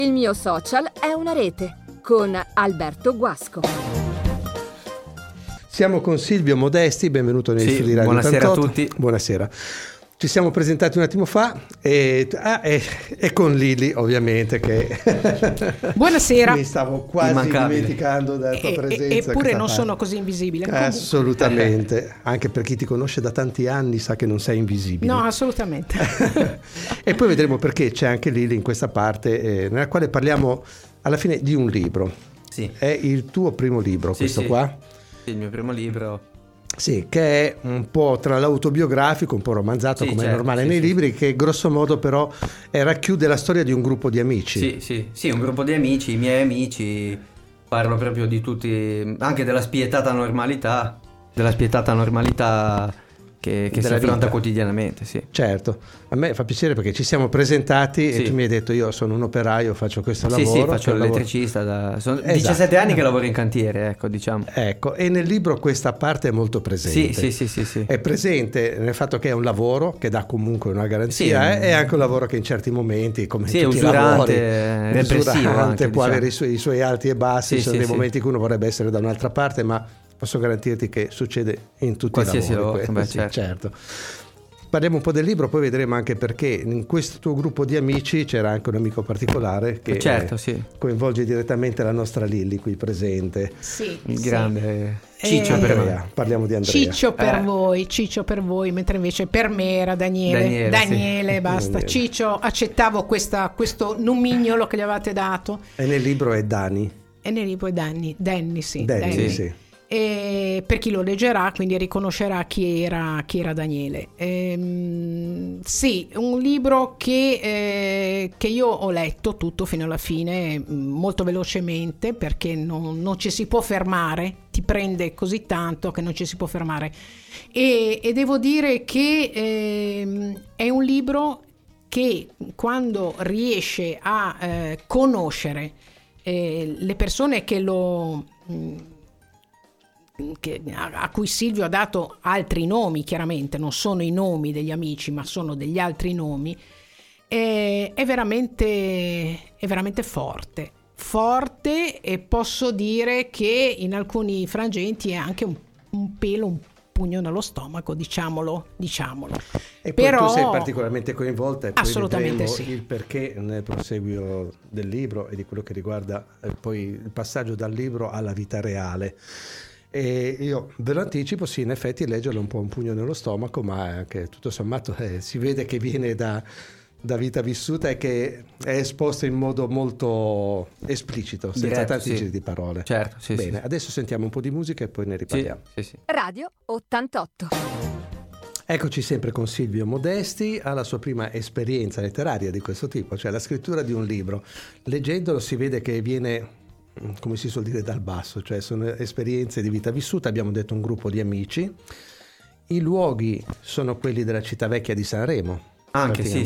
Il mio social è una rete con Alberto Guasco. Siamo con Silvio Modesti, benvenuto nei studi Radio buonasera 88. a tutti. Buonasera. Ci siamo presentati un attimo fa e con Lili, ovviamente, che buonasera. Mi stavo quasi dimenticando della tua presenza. Eppure non sono così invisibile. Assolutamente, anche per chi ti conosce da tanti anni sa che non sei invisibile. No, assolutamente. E poi vedremo perché c'è anche Lili in questa parte, nella quale parliamo alla fine di un libro. Sì. È il tuo primo libro, questo qua? Sì, il mio primo libro. Sì, che è un po' tra l'autobiografico, un po' romanzato, come è normale nei libri, che grosso modo però racchiude la storia di un gruppo di amici. Sì, un gruppo di amici, i miei amici, parlo proprio di tutti, anche della spietata normalità che si affronta quotidianamente, sì. Certo, a me fa piacere perché ci siamo presentati e tu mi hai detto io sono un operaio, faccio questo lavoro. Sì, faccio l'elettricista, sono 17 anni che lavoro in cantiere, ecco, diciamo. Ecco, e nel libro questa parte è molto presente. Sì. È presente nel fatto che è un lavoro che dà comunque una garanzia, è anche un lavoro che in certi momenti, come tutti i lavori, usurante, può avere diciamo. i suoi alti e bassi, ci sono dei momenti in cui uno vorrebbe essere da un'altra parte, ma posso garantirti che succede in tutti i lavori. Certo. Parliamo un po' del libro, poi vedremo anche perché in questo tuo gruppo di amici c'era anche un amico particolare che coinvolge direttamente la nostra Lilli qui presente. Sì, il grande Ciccio per me. Parliamo di Andrea. Ciccio per voi, mentre invece per me era Daniele, basta. Daniele. Ciccio, accettavo questo nomignolo che gli avevate dato. E nel libro è Dani. E nel libro è Danny, sì. Sì. E per chi lo leggerà quindi riconoscerà chi era Daniele. Sì, un libro che io ho letto tutto fino alla fine molto velocemente perché non ci si può fermare, ti prende così tanto che non ci si può fermare e devo dire che è un libro che quando riesce a conoscere le persone a cui Silvio ha dato altri nomi, chiaramente non sono i nomi degli amici ma sono degli altri nomi, è veramente forte e posso dire che in alcuni frangenti è anche un pugno nello stomaco, diciamolo. E poi tu sei particolarmente coinvolta e poi assolutamente vedremo il perché nel proseguio del libro e di quello che riguarda poi il passaggio dal libro alla vita reale. E io ve lo anticipo, sì, in effetti leggerlo è un po' un pugno nello stomaco, ma anche tutto sommato si vede che viene da vita vissuta e che è esposto in modo molto esplicito, senza tanti giri di parole. Certo, sì. Bene, adesso sentiamo un po' di musica e poi ne riparliamo. Sì. Radio 88. Eccoci sempre con Silvio Modesti alla sua prima esperienza letteraria di questo tipo, cioè la scrittura di un libro. Leggendolo si vede che viene, come si suol dire, dal basso, cioè sono esperienze di vita vissuta. Abbiamo detto un gruppo di amici, i luoghi sono quelli della città vecchia di Sanremo. Anche sì,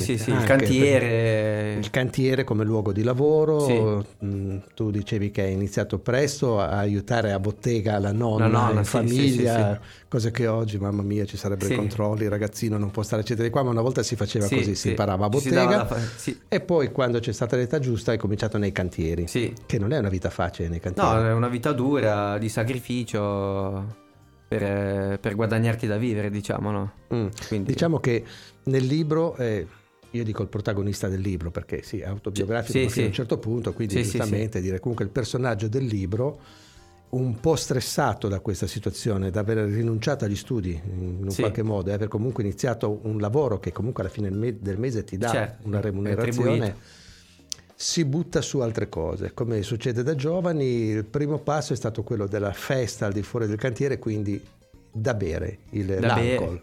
il cantiere come luogo di lavoro. Tu dicevi che hai iniziato presto a aiutare a bottega la nonna in famiglia, cose che oggi, mamma mia, ci sarebbero i controlli, il ragazzino non può stare eccetera di qua, ma una volta si faceva così, si imparava a bottega e poi quando c'è stata l'età giusta hai cominciato nei cantieri, che non è una vita facile nei cantieri. No, è una vita dura, di sacrificio per guadagnarti da vivere, diciamo, no? Quindi diciamo che nel libro io dico il protagonista del libro perché è autobiografico fino a un certo punto, quindi giustamente dire comunque il personaggio del libro un po' stressato da questa situazione, da aver rinunciato agli studi in un qualche modo e aver comunque iniziato un lavoro che comunque alla fine del mese ti dà una remunerazione, si butta su altre cose. Come succede da giovani, il primo passo è stato quello della festa al di fuori del cantiere, quindi da bere, l'alcol.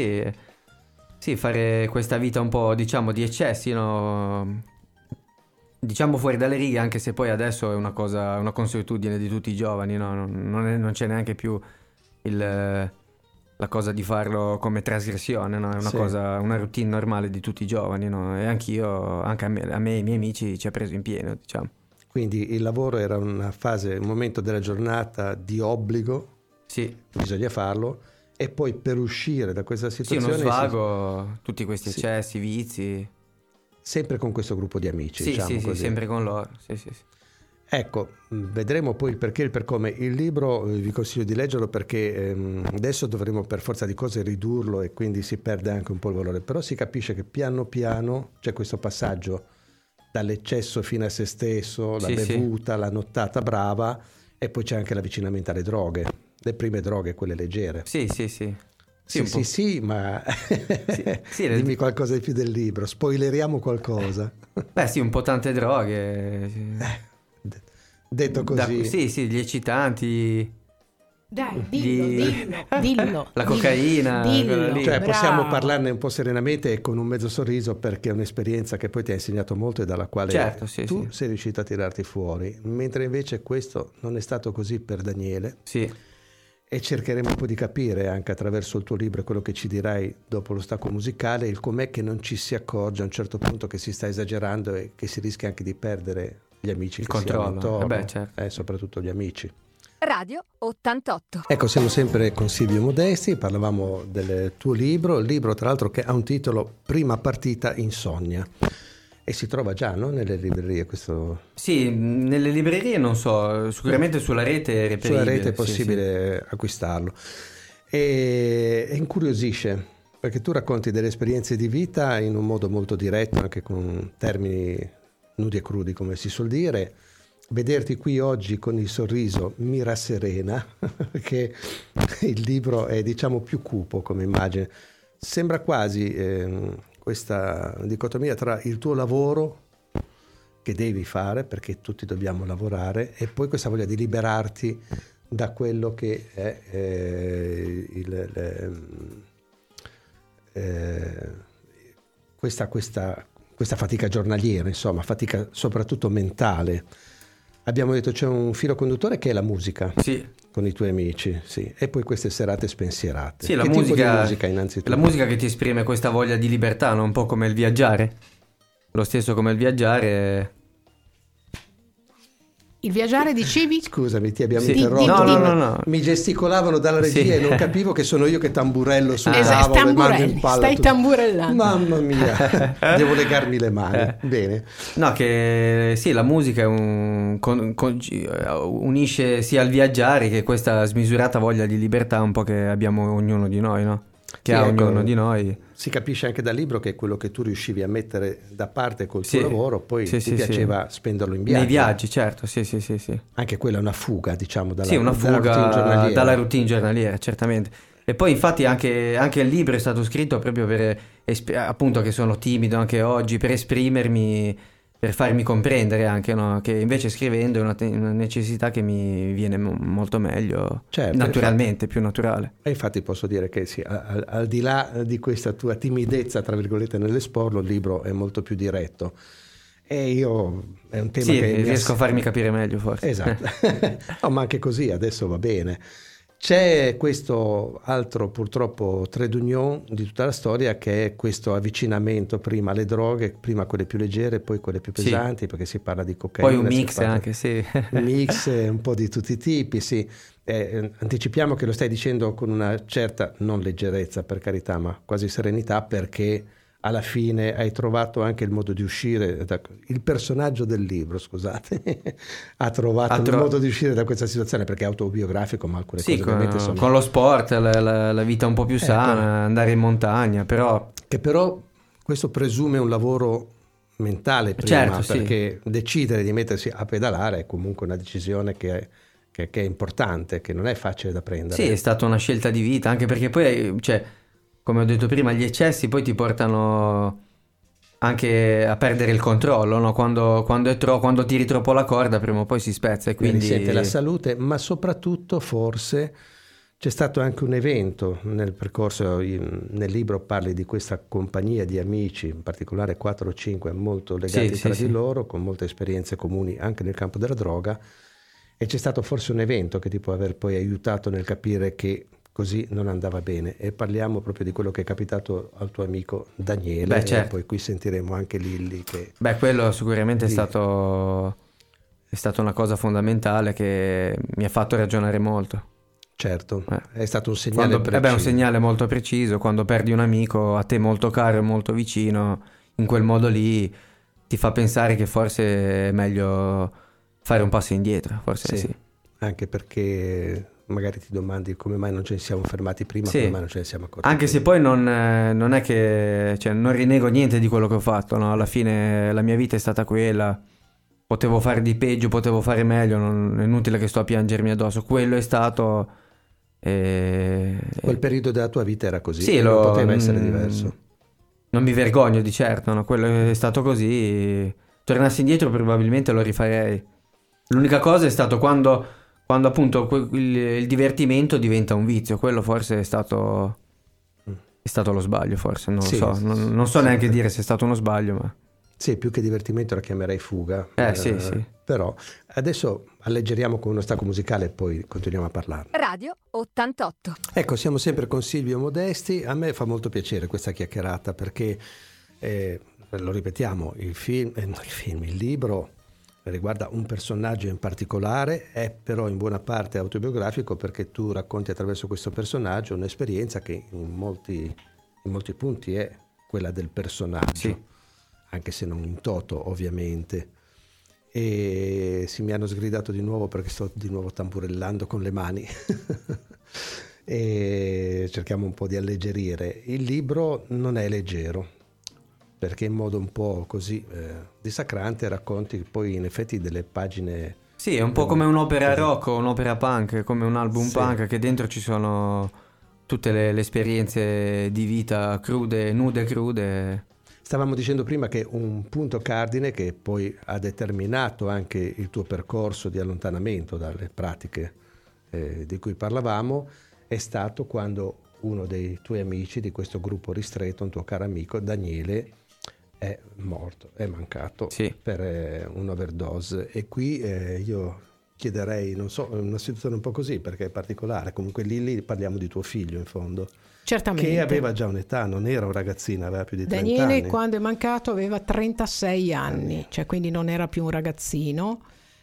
Sì, fare questa vita un po', diciamo, di eccessi, no? Diciamo fuori dalle righe, anche se poi adesso è una consuetudine di tutti i giovani, no? Non c'è neanche più la cosa di farlo come trasgressione, no? È una cosa, una routine normale di tutti i giovani, no? E anch'io, anche a me e ai miei amici ci ha preso in pieno, diciamo. Quindi il lavoro era una fase, un momento della giornata di obbligo, bisogna farlo, e poi per uscire da questa situazione uno svago, tutti questi eccessi, vizi. sempre con questo gruppo di amici. Diciamo così. Sempre con loro. Sì. Ecco, vedremo poi il perché e il per come. Il libro vi consiglio di leggerlo perché adesso dovremo per forza di cose ridurlo e quindi si perde anche un po' il valore, però si capisce che piano piano c'è questo passaggio dall'eccesso fino a se stesso, la bevuta, la nottata brava, e poi c'è anche l'avvicinamento alle droghe, le prime droghe, quelle leggere. Sì, ma dimmi qualcosa di più del libro, spoileriamo qualcosa. Beh sì, un po' tante droghe. Detto così. Sì, gli eccitanti. Dai, dillo. La cocaina. Dillo, cioè possiamo parlarne un po' serenamente e con un mezzo sorriso, perché è un'esperienza che poi ti ha insegnato molto e dalla quale tu sei riuscito a tirarti fuori, mentre invece questo non è stato così per Daniele. Sì. E cercheremo un po' di capire anche attraverso il tuo libro e quello che ci dirai dopo lo stacco musicale, il com'è che non ci si accorge a un certo punto che si sta esagerando e che si rischia anche di perdere gli amici, il controllo intorno, soprattutto gli amici. Radio 88. Ecco, siamo sempre con Silvio Modesti, parlavamo del tuo libro, il libro tra l'altro che ha un titolo Prima partita insonnia, e si trova già, no? Nelle librerie questo? Sì, nelle librerie non so, sicuramente sulla rete è reperibile. Sulla rete è possibile acquistarlo, e incuriosisce perché tu racconti delle esperienze di vita in un modo molto diretto, anche con termini nudi e crudi, come si suol dire. Vederti qui oggi con il sorriso mi rasserena, perché il libro è, diciamo, più cupo come immagine. Sembra quasi questa dicotomia tra il tuo lavoro che devi fare, perché tutti dobbiamo lavorare, e poi questa voglia di liberarti da quello che è questa fatica giornaliera, insomma, fatica soprattutto mentale. Abbiamo detto c'è un filo conduttore che è la musica, con i tuoi amici, e poi queste serate spensierate. Sì, che tipo di musica innanzitutto? La musica che ti esprime questa voglia di libertà, no? Un po' come il viaggiare, lo stesso come il viaggiare. Il viaggiare, dicevi? Scusami, ti abbiamo interrotto. No. Mi gesticolavano dalla regia e non capivo che sono io che tamburello sul tavolo e mando in palla. Stai tamburellando. Mamma mia, devo legarmi le mani. Bene. No, che sì, la musica unisce sia il viaggiare che questa smisurata voglia di libertà un po' che abbiamo ognuno di noi, no? Ognuno di noi. Si capisce anche dal libro che quello che tu riuscivi a mettere da parte col tuo lavoro, poi ti piaceva spenderlo in viaggi. Nei viaggi, certo, sì. Anche quella è una fuga, diciamo, dalla routine giornaliera, certamente. E poi infatti anche il libro è stato scritto proprio per, appunto, che sono timido anche oggi, per esprimermi, per farmi comprendere anche, no? Che invece scrivendo è una necessità che mi viene molto meglio, naturalmente, più naturale. E infatti posso dire che sì, al di là di questa tua timidezza, tra virgolette, nell'esporlo, il libro è molto più diretto. E io è un tema che riesco a farmi capire meglio, forse. Esatto. No, ma anche così adesso va bene. C'è questo altro, purtroppo, trait d'union di tutta la storia, che è questo avvicinamento prima alle droghe, prima quelle più leggere, poi quelle più pesanti, perché si parla di cocaina. Poi un mix anche, un mix, un po' di tutti i tipi, anticipiamo che lo stai dicendo con una certa, non leggerezza per carità, ma quasi serenità, perché alla fine hai trovato anche il modo di uscire il personaggio del libro, scusate, ha trovato il modo di uscire da questa situazione, perché è autobiografico, ma alcune cose ovviamente sono... con lo sport, la vita un po' più sana, andare in montagna, però questo presume un lavoro mentale prima, perché decidere di mettersi a pedalare è comunque una decisione che è importante, che non è facile da prendere. Sì, è stata una scelta di vita, anche perché poi, come ho detto prima, gli eccessi poi ti portano anche a perdere il controllo, no? Quando tiri troppo la corda, prima o poi si spezza, e quindi risente la salute, ma soprattutto forse c'è stato anche un evento nel percorso. Nel libro parli di questa compagnia di amici, in particolare 4 o 5 molto legati tra di loro, con molte esperienze comuni anche nel campo della droga, e c'è stato forse un evento che ti può aver poi aiutato nel capire che così non andava bene, e parliamo proprio di quello che è capitato al tuo amico Daniele. E poi qui sentiremo anche Lilli che... quello sicuramente è stato una cosa fondamentale che mi ha fatto ragionare molto. Certo, è stato un segnale preciso. Un segnale molto preciso. Quando perdi un amico a te molto caro e molto vicino, in quel modo lì ti fa pensare che forse è meglio fare un passo indietro, forse sì. Anche perché magari ti domandi come mai non ce ne siamo fermati prima, come mai non ce ne siamo accorti anche prima. Se poi non è che, cioè, non rinego niente di quello che ho fatto, no? Alla fine la mia vita è stata quella, potevo fare di peggio, potevo fare meglio, non è inutile che sto a piangermi addosso, quello è stato quel periodo della tua vita era così, non poteva essere diverso. Non mi vergogno di certo, no? Quello è stato così. Tornassi indietro probabilmente lo rifarei. L'unica cosa è stato quando appunto il divertimento diventa un vizio, quello forse è stato lo sbaglio, forse, non lo so, non so neanche dire se è stato uno sbaglio, ma sì, più che divertimento la chiamerei fuga. Sì. Però adesso alleggeriamo con uno stacco musicale e poi continuiamo a parlare. Radio 88. Ecco, siamo sempre con Silvio Modesti. A me fa molto piacere questa chiacchierata perché, lo ripetiamo, il libro riguarda un personaggio in particolare, è però in buona parte autobiografico perché tu racconti attraverso questo personaggio un'esperienza che in molti punti è quella del personaggio, anche se non in toto ovviamente. E mi hanno sgridato di nuovo perché sto di nuovo tamburellando con le mani e cerchiamo un po' di alleggerire. Il libro non è leggero perché in modo un po' così dissacrante racconti poi in effetti delle pagine. Sì, è un po' come un'opera rock o un'opera punk, come un album punk, che dentro ci sono tutte le esperienze di vita crude, nude e crude. Stavamo dicendo prima che un punto cardine che poi ha determinato anche il tuo percorso di allontanamento dalle pratiche di cui parlavamo è stato quando uno dei tuoi amici di questo gruppo ristretto, un tuo caro amico, Daniele, è morto, è mancato per un'overdose. E qui io chiederei, non so, una situazione un po' così perché è particolare, comunque lì parliamo di tuo figlio in fondo. Certamente. Che aveva già un'età, non era un ragazzino, aveva più di 30 anni. Daniele quando è mancato aveva 36 anni, cioè quindi non era più un ragazzino.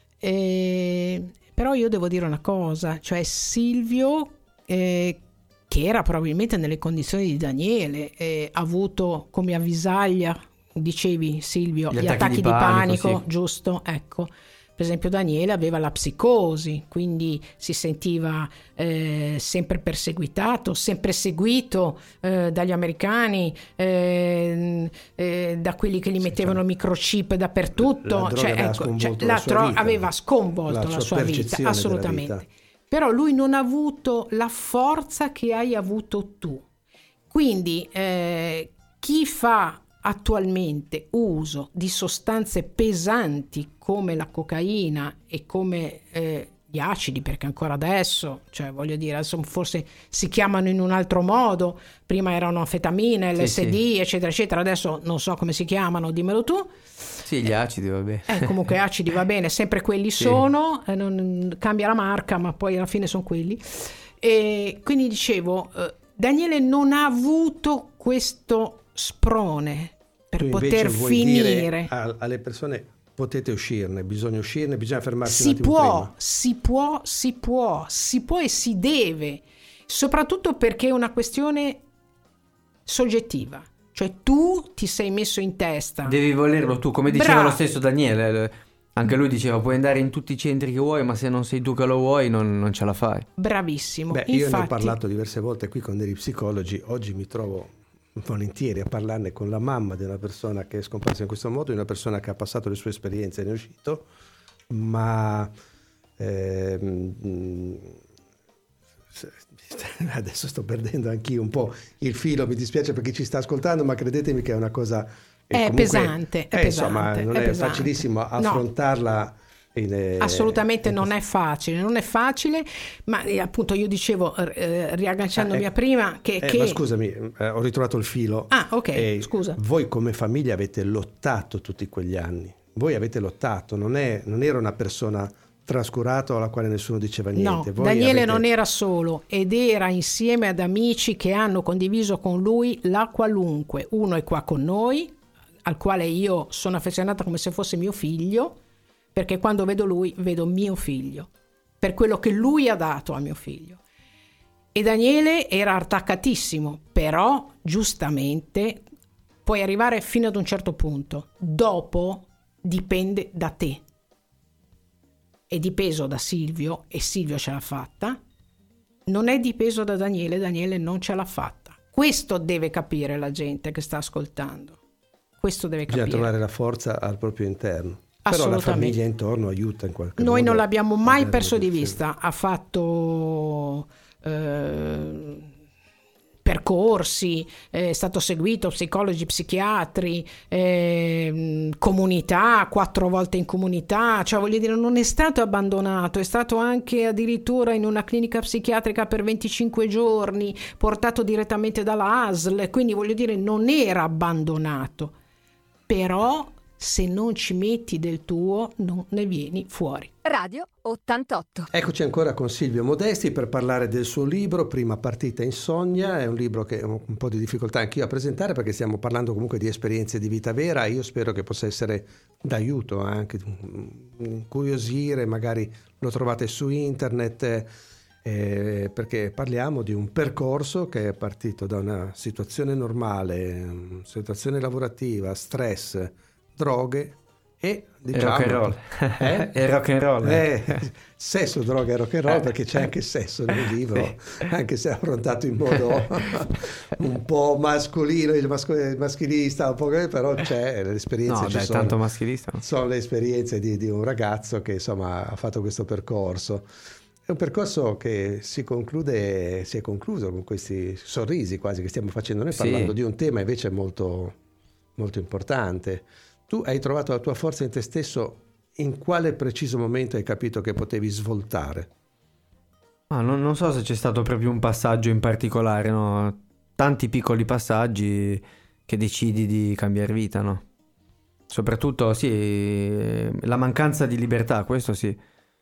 Però io devo dire una cosa, cioè Silvio, che era probabilmente nelle condizioni di Daniele, ha avuto come avvisaglia, dicevi Silvio, gli attacchi di panico, giusto? Ecco. Per esempio Daniele aveva la psicosi, quindi si sentiva sempre perseguitato, sempre seguito dagli americani, da quelli che gli mettevano il microchip dappertutto. Aveva sconvolto la sua vita, assolutamente. Vita. Però lui non ha avuto la forza che hai avuto tu. Quindi chi fa attualmente uso di sostanze pesanti come la cocaina e come gli acidi, perché ancora adesso, cioè voglio dire, adesso forse si chiamano in un altro modo, prima erano anfetamine, LSD, eccetera eccetera, adesso non so come si chiamano, dimmelo tu. Sì, gli acidi va bene. Comunque acidi va bene, sempre quelli sono, non cambia la marca, ma poi alla fine sono quelli. E quindi dicevo, Daniele non ha avuto questo sprone per poter finire. Alle persone potete uscirne, bisogna fermarsi un attimo prima. Si può e si deve, soprattutto perché è una questione soggettiva, cioè tu ti sei messo in testa, devi volerlo tu, come diceva lo stesso Daniele, anche lui diceva puoi andare in tutti i centri che vuoi, ma se non sei tu che lo vuoi non ce la fai. Bravissimo. Io ne ho parlato diverse volte qui con degli psicologi, oggi mi trovo volentieri a parlarne con la mamma di una persona che è scomparsa in questo modo, di una persona che ha passato le sue esperienze e ne è uscito, ma adesso sto perdendo anch'io un po' il filo, mi dispiace per chi ci sta ascoltando, ma credetemi che è una cosa è pesante, insomma non è facilissimo affrontarla. Assolutamente non è facile, ma appunto io dicevo riagganciandomi a prima che ma scusami, ho ritrovato il filo. Scusa. Voi come famiglia avete lottato tutti quegli anni, voi avete lottato, non era una persona trascurato alla quale nessuno diceva niente. No, Daniele non era solo ed era insieme ad amici che hanno condiviso con lui la qualunque. Uno è qua con noi, al quale io sono affezionata come se fosse mio figlio, perché quando vedo lui vedo mio figlio, per quello che lui ha dato a mio figlio. E Daniele era attaccatissimo, però giustamente puoi arrivare fino ad un certo punto, dopo dipende da te. È dipeso da Silvio e Silvio ce l'ha fatta, non è dipeso da Daniele, Daniele non ce l'ha fatta. Questo deve capire la gente che sta ascoltando, questo deve capire. Bisogna trovare la forza al proprio interno, però la famiglia intorno aiuta in qualche modo. Noi non l'abbiamo mai perso di vista, ha fatto percorsi, è stato seguito psicologi, psichiatri, comunità, 4 volte in comunità, cioè voglio dire non è stato abbandonato, è stato anche addirittura in una clinica psichiatrica per 25 giorni, portato direttamente dalla ASL, quindi voglio dire non era abbandonato, però se non ci metti del tuo non ne vieni fuori. Radio 88. Eccoci ancora con Silvio Modesti per parlare del suo libro Prima partita insonnia. È un libro che ho un po' di difficoltà anch'io a presentare perché stiamo parlando comunque di esperienze di vita vera. Io spero che possa essere d'aiuto, anche incuriosire, magari lo trovate su internet, perché parliamo di un percorso che è partito da una situazione normale, situazione lavorativa, stress, droghe e diciamo rock and roll. E rock and roll. Sesso, droga e rock and roll, perché c'è anche sesso nel libro, anche se è affrontato in modo un po' mascolino, maschilista, un po', però c'è l'esperienza. No, dai, sono, tanto maschilista. Sono le esperienze di un ragazzo che insomma ha fatto questo percorso. È un percorso che si è concluso con questi sorrisi quasi che stiamo facendo noi, parlando di un tema invece molto, molto importante. Tu hai trovato la tua forza in te stesso, in quale preciso momento hai capito che potevi svoltare? Non so se c'è stato proprio un passaggio in particolare, no? Tanti piccoli passaggi che decidi di cambiare vita, no? Soprattutto, la mancanza di libertà, questo sì.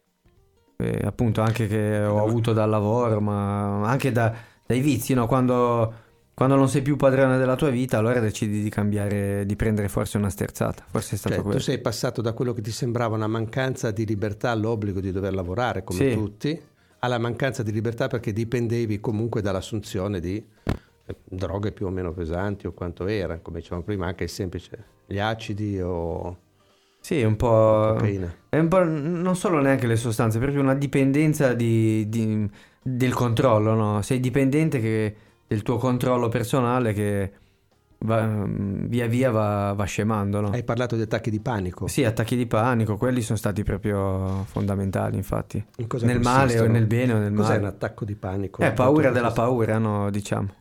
Appunto anche che ho avuto dal lavoro, ma anche dai vizi, no? Quando non sei più padrone della tua vita, allora decidi di cambiare, di prendere forse una sterzata. Forse è stato questo. Tu sei passato da quello che ti sembrava una mancanza di libertà all'obbligo di dover lavorare come tutti, alla mancanza di libertà perché dipendevi comunque dall'assunzione di droghe più o meno pesanti o quanto era, come dicevamo prima, anche il semplice, gli acidi o... Sì, un po'... cocaina. È un po' non solo neanche le sostanze, è proprio una dipendenza del controllo, no? Sei dipendente del tuo controllo personale che via via va scemando, no? Hai parlato di attacchi di panico. Sì, attacchi di panico, quelli sono stati proprio fondamentali, infatti. Nel male o nel bene o nel male. Cos'è un attacco di panico? Paura della paura, no, diciamo.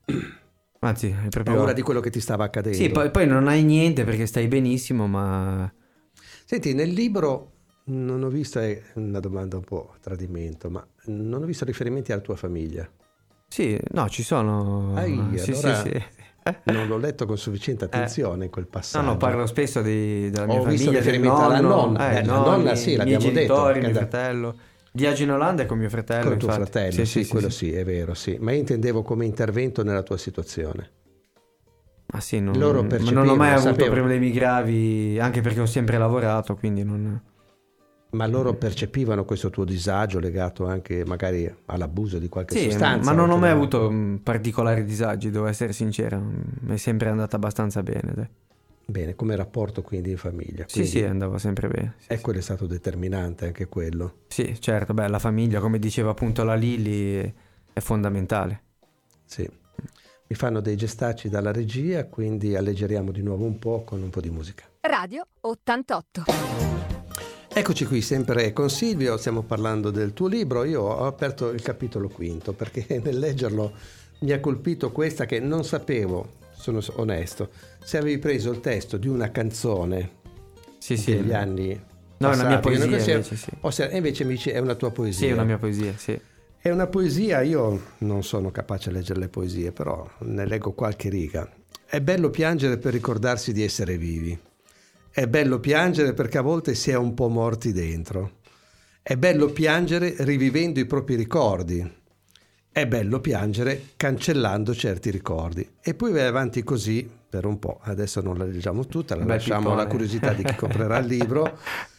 Anzi, è proprio... paura di quello che ti stava accadendo. Sì, poi non hai niente perché stai benissimo, ma... Senti, nel libro non ho visto, è una domanda un po' a tradimento, ma non ho visto riferimenti alla tua famiglia. Sì, no, ci sono. Sì. Non l'ho letto con sufficiente attenzione in quel passaggio. No, parlo spesso della mia famiglia. Ho visto riferimento alla nonna. La nonna, sì, l'abbiamo detto. Mio fratello. Viaggio in Olanda con mio fratello. Con tuo fratello, sì, quello sì, è vero, sì. Ma io intendevo come intervento nella tua situazione. Ah sì, non ho mai avuto problemi gravi, anche perché ho sempre lavorato, quindi non... Ma loro percepivano questo tuo disagio legato anche magari all'abuso di qualche sostanza? Ma non ho mai avuto particolari disagi, devo essere sincero, mi è sempre andata abbastanza bene. Dai. Bene, come rapporto quindi in famiglia? Quindi sì, andava sempre bene. Quello è stato determinante anche quello. Sì, certo, la famiglia, come diceva appunto la Lilli, è fondamentale. Sì. Mi fanno dei gestacci dalla regia, quindi alleggeriamo di nuovo un po' con un po' di musica. Radio 88. Eccoci qui sempre con Silvio, stiamo parlando del tuo libro. Io ho aperto il capitolo 5 perché nel leggerlo mi ha colpito questa che non sapevo, sono onesto, se avevi preso il testo di una canzone degli anni no, è una mia poesia invece mi dici è una tua poesia. Sì, è una mia poesia, sì. È una poesia, io non sono capace a leggere le poesie, però ne leggo qualche riga. È bello piangere per ricordarsi di essere vivi. È bello piangere perché a volte si è un po' morti dentro. È bello piangere rivivendo i propri ricordi. È bello piangere cancellando certi ricordi. E poi vai avanti così per un po'. Adesso non la leggiamo tutta, la lasciamo alla curiosità di chi comprerà il libro.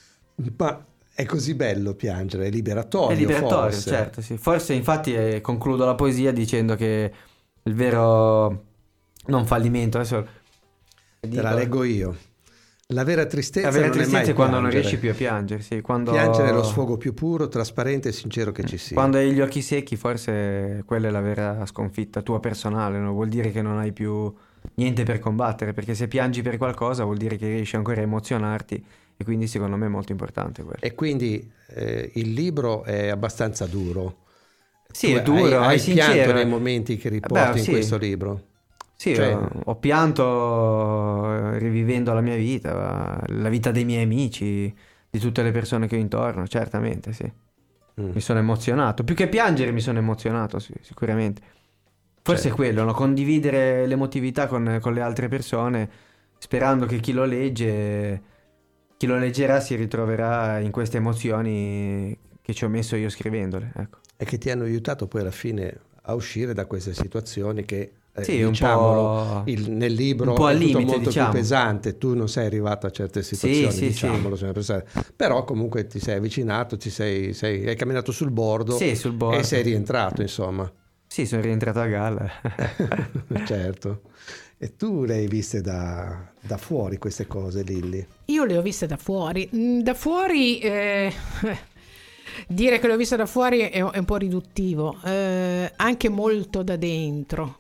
Ma è così bello piangere, è liberatorio. È liberatorio, forse. Certo, sì. Forse infatti concludo la poesia dicendo che il vero non fallimento, adesso Te la leggo io. La vera tristezza, è quando non riesci più a piangere, sì. Piangere è lo sfogo più puro, trasparente e sincero che ci sia. Quando hai gli occhi secchi, forse quella è la vera sconfitta tua personale, no? Vuol dire che non hai più niente per combattere, perché se piangi per qualcosa vuol dire che riesci ancora a emozionarti, e quindi secondo me è molto importante quello. E quindi il libro è abbastanza duro. Sì, è duro, hai sincero. Pianto nei momenti che riporti in questo libro? Sì, ho pianto rivivendo la mia vita, la vita dei miei amici, di tutte le persone che ho intorno, certamente, sì. Mi sono emozionato, più che piangere mi sono emozionato, sì, sicuramente. Forse è quello, no? Condividere l'emotività con le altre persone, sperando che chi lo leggerà si ritroverà in queste emozioni che ci ho messo io scrivendole, ecco. E che ti hanno aiutato poi alla fine a uscire da queste situazioni che... Sì, diciamolo, un po' nel libro un po' al limite, molto diciamo. più pesante. Tu non sei arrivato a certe situazioni, sì, diciamolo, però comunque ti sei avvicinato, hai camminato sul bordo, e sei rientrato, insomma. Sì, sono rientrato a galla. Certo. E tu le hai viste da fuori queste cose, Lilli? Io le ho viste da fuori. Da fuori... Dire che l'ho vista da fuori è un po' riduttivo, anche molto da dentro,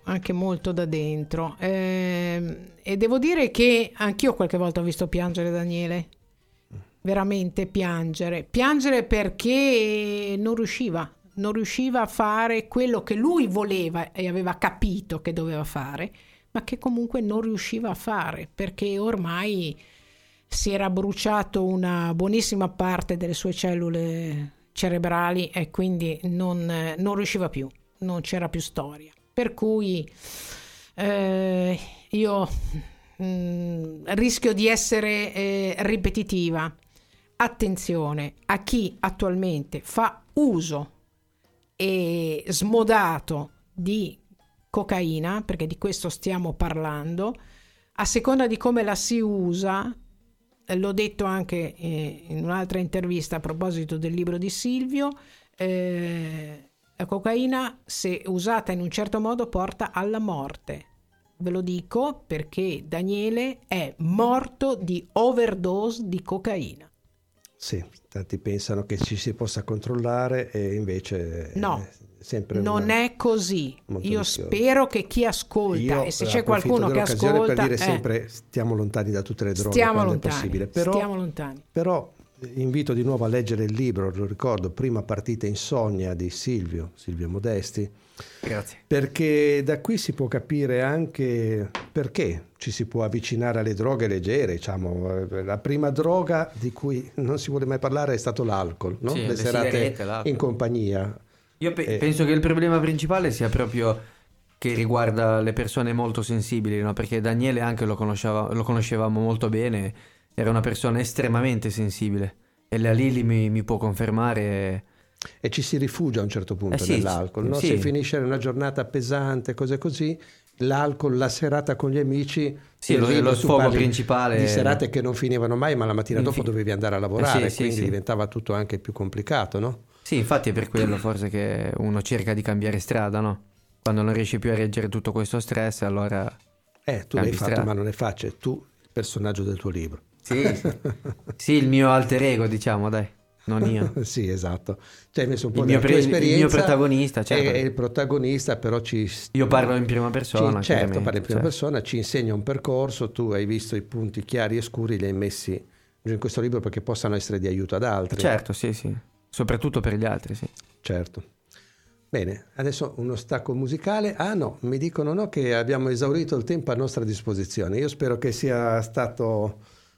e devo dire che anch'io qualche volta ho visto piangere Daniele, veramente piangere perché non riusciva a fare quello che lui voleva e aveva capito che doveva fare, ma che comunque non riusciva a fare, perché ormai si era bruciato una buonissima parte delle sue cellule cerebrali e quindi non riusciva più, non c'era più storia, per cui io rischio di essere ripetitiva. Attenzione a chi attualmente fa uso e smodato di cocaina, perché di questo stiamo parlando, a seconda di come la si usa. L'ho detto anche in un'altra intervista a proposito del libro di Silvio, la cocaina, se usata in un certo modo, porta alla morte. Ve lo dico perché Daniele è morto di overdose di cocaina. Sì, tanti pensano che ci si possa controllare e invece no, sempre non è così. Io spero che chi ascolta, e se c'è qualcuno che ascolta, per dire sempre stiamo lontani da tutte le droghe quando è possibile. Stiamo lontani. Però invito di nuovo a leggere il libro, lo ricordo, Prima partita insonnia di Silvio Modesti. Grazie. Perché da qui si può capire anche perché ci si può avvicinare alle droghe leggere, diciamo. La prima droga di cui non si vuole mai parlare è stato l'alcol, no? Sì, le serate in compagnia. Io penso che il problema principale sia proprio che riguarda le persone molto sensibili, no? Perché Daniele anche lo conoscevamo molto bene, era una persona estremamente sensibile, e la Lili mi può confermare. E ci si rifugia a un certo punto nell'alcol, no? Sì. Se finisce una giornata pesante, cose così, l'alcol, la serata con gli amici, lo sfogo principale di serate che non finivano mai, ma la mattina dopo dovevi andare a lavorare, quindi diventava tutto anche più complicato, no? Sì, infatti è per quello forse che uno cerca di cambiare strada, no? Quando non riesci più a reggere tutto questo stress, allora tu l'hai fatto, ma non è facile, tu il personaggio del tuo libro. Sì, il mio alter ego, diciamo, dai. Non io. Sì, esatto. Cioè, hai messo un po' della tua esperienza. Il mio protagonista, certo. È il protagonista, però io parlo in prima persona. Certo, parli in prima persona, ci insegna un percorso, tu hai visto i punti chiari e scuri, li hai messi in questo libro perché possano essere di aiuto ad altri. Certo, sì. Soprattutto per gli altri, sì. Certo. Bene, adesso uno stacco musicale. No, mi dicono che abbiamo esaurito il tempo a nostra disposizione. Io spero che sia stato...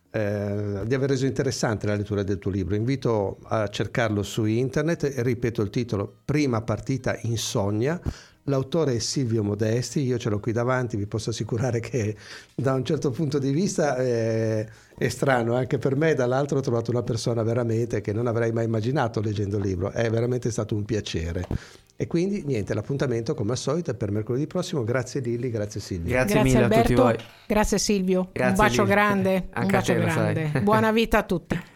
di aver reso interessante la lettura del tuo libro. Invito a cercarlo su internet, ripeto il titolo, Prima partita insonnia. L'autore è Silvio Modesti, io ce l'ho qui davanti, vi posso assicurare che da un certo punto di vista è strano anche per me, dall'altro ho trovato una persona veramente che non avrei mai immaginato leggendo il libro, è veramente stato un piacere. E quindi niente, l'appuntamento come al solito è per mercoledì prossimo. Grazie Lilli, grazie Silvio. Grazie mille Alberto, a tutti voi. Grazie Silvio, grazie, un bacio Lilli. grande, Anche a te, grande. Buona vita a tutti.